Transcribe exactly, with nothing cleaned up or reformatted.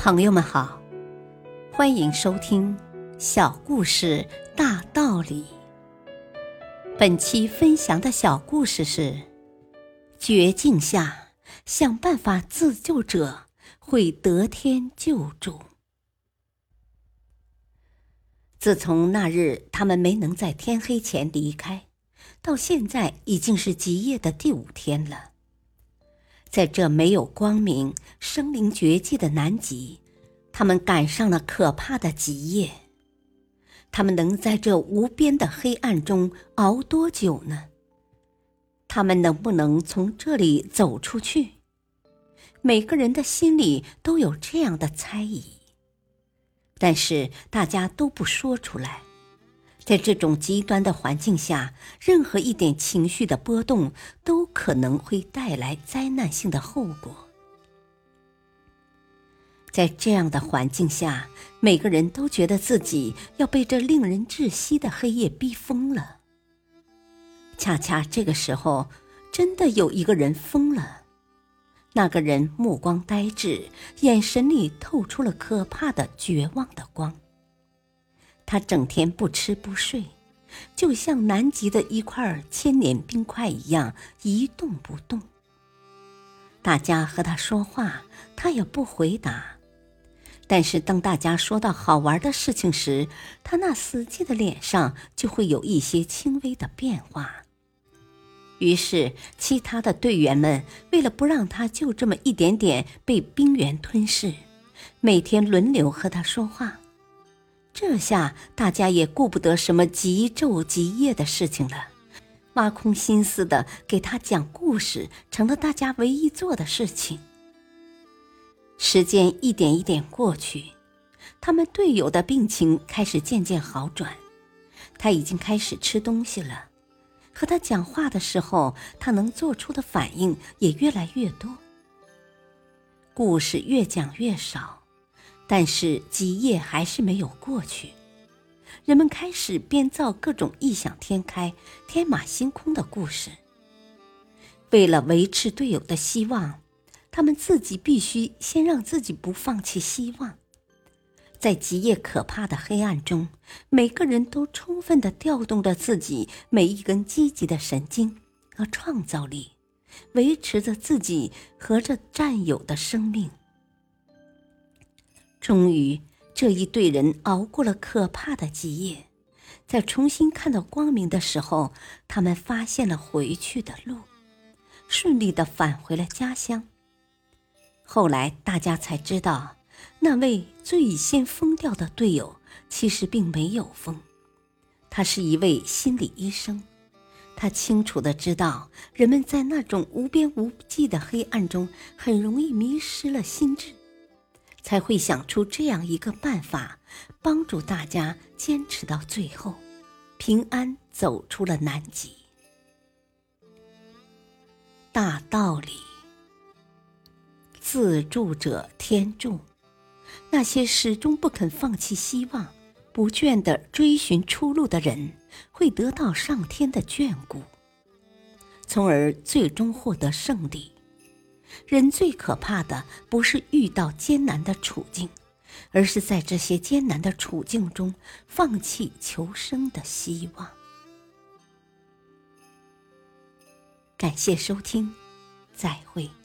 朋友们好，欢迎收听小故事大道理。本期分享的小故事是：绝境下想办法自救者会得天救助。自从那日他们没能在天黑前离开，到现在已经是极夜的第五天了。在这没有光明、生灵绝迹的南极，他们赶上了可怕的极夜。他们能在这无边的黑暗中熬多久呢？他们能不能从这里走出去？每个人的心里都有这样的猜疑，但是大家都不说出来。在这种极端的环境下，任何一点情绪的波动都可能会带来灾难性的后果。在这样的环境下，每个人都觉得自己要被这令人窒息的黑夜逼疯了。恰恰这个时候，真的有一个人疯了。那个人目光呆滞，眼神里透出了可怕的绝望的光。他整天不吃不睡，就像南极的一块千年冰块一样一动不动。大家和他说话，他也不回答。但是当大家说到好玩的事情时，他那死寂的脸上就会有一些轻微的变化。于是其他的队员们为了不让他就这么一点点被冰原吞噬，每天轮流和他说话。这下大家也顾不得什么极昼极夜的事情了，挖空心思的给他讲故事成了大家唯一做的事情。时间一点一点过去，他们队友的病情开始渐渐好转，他已经开始吃东西了。和他讲话的时候，他能做出的反应也越来越多。故事越讲越少，但是极夜还是没有过去。人们开始编造各种异想天开、天马行空的故事。为了维持队友的希望，他们自己必须先让自己不放弃希望。在极夜可怕的黑暗中，每个人都充分地调动着自己每一根积极的神经和创造力，维持着自己和着战友的生命。终于，这一队人熬过了可怕的极夜，在重新看到光明的时候，他们发现了回去的路，顺利地返回了家乡。后来大家才知道，那位最先疯掉的队友其实并没有疯，他是一位心理医生。他清楚地知道，人们在那种无边无际的黑暗中很容易迷失了心智，才会想出这样一个办法，帮助大家坚持到最后，平安走出了南极。大道理，自助者天助。那些始终不肯放弃希望、不倦地追寻出路的人，会得到上天的眷顾，从而最终获得胜利。人最可怕的不是遇到艰难的处境，而是在这些艰难的处境中放弃求生的希望。感谢收听，再会。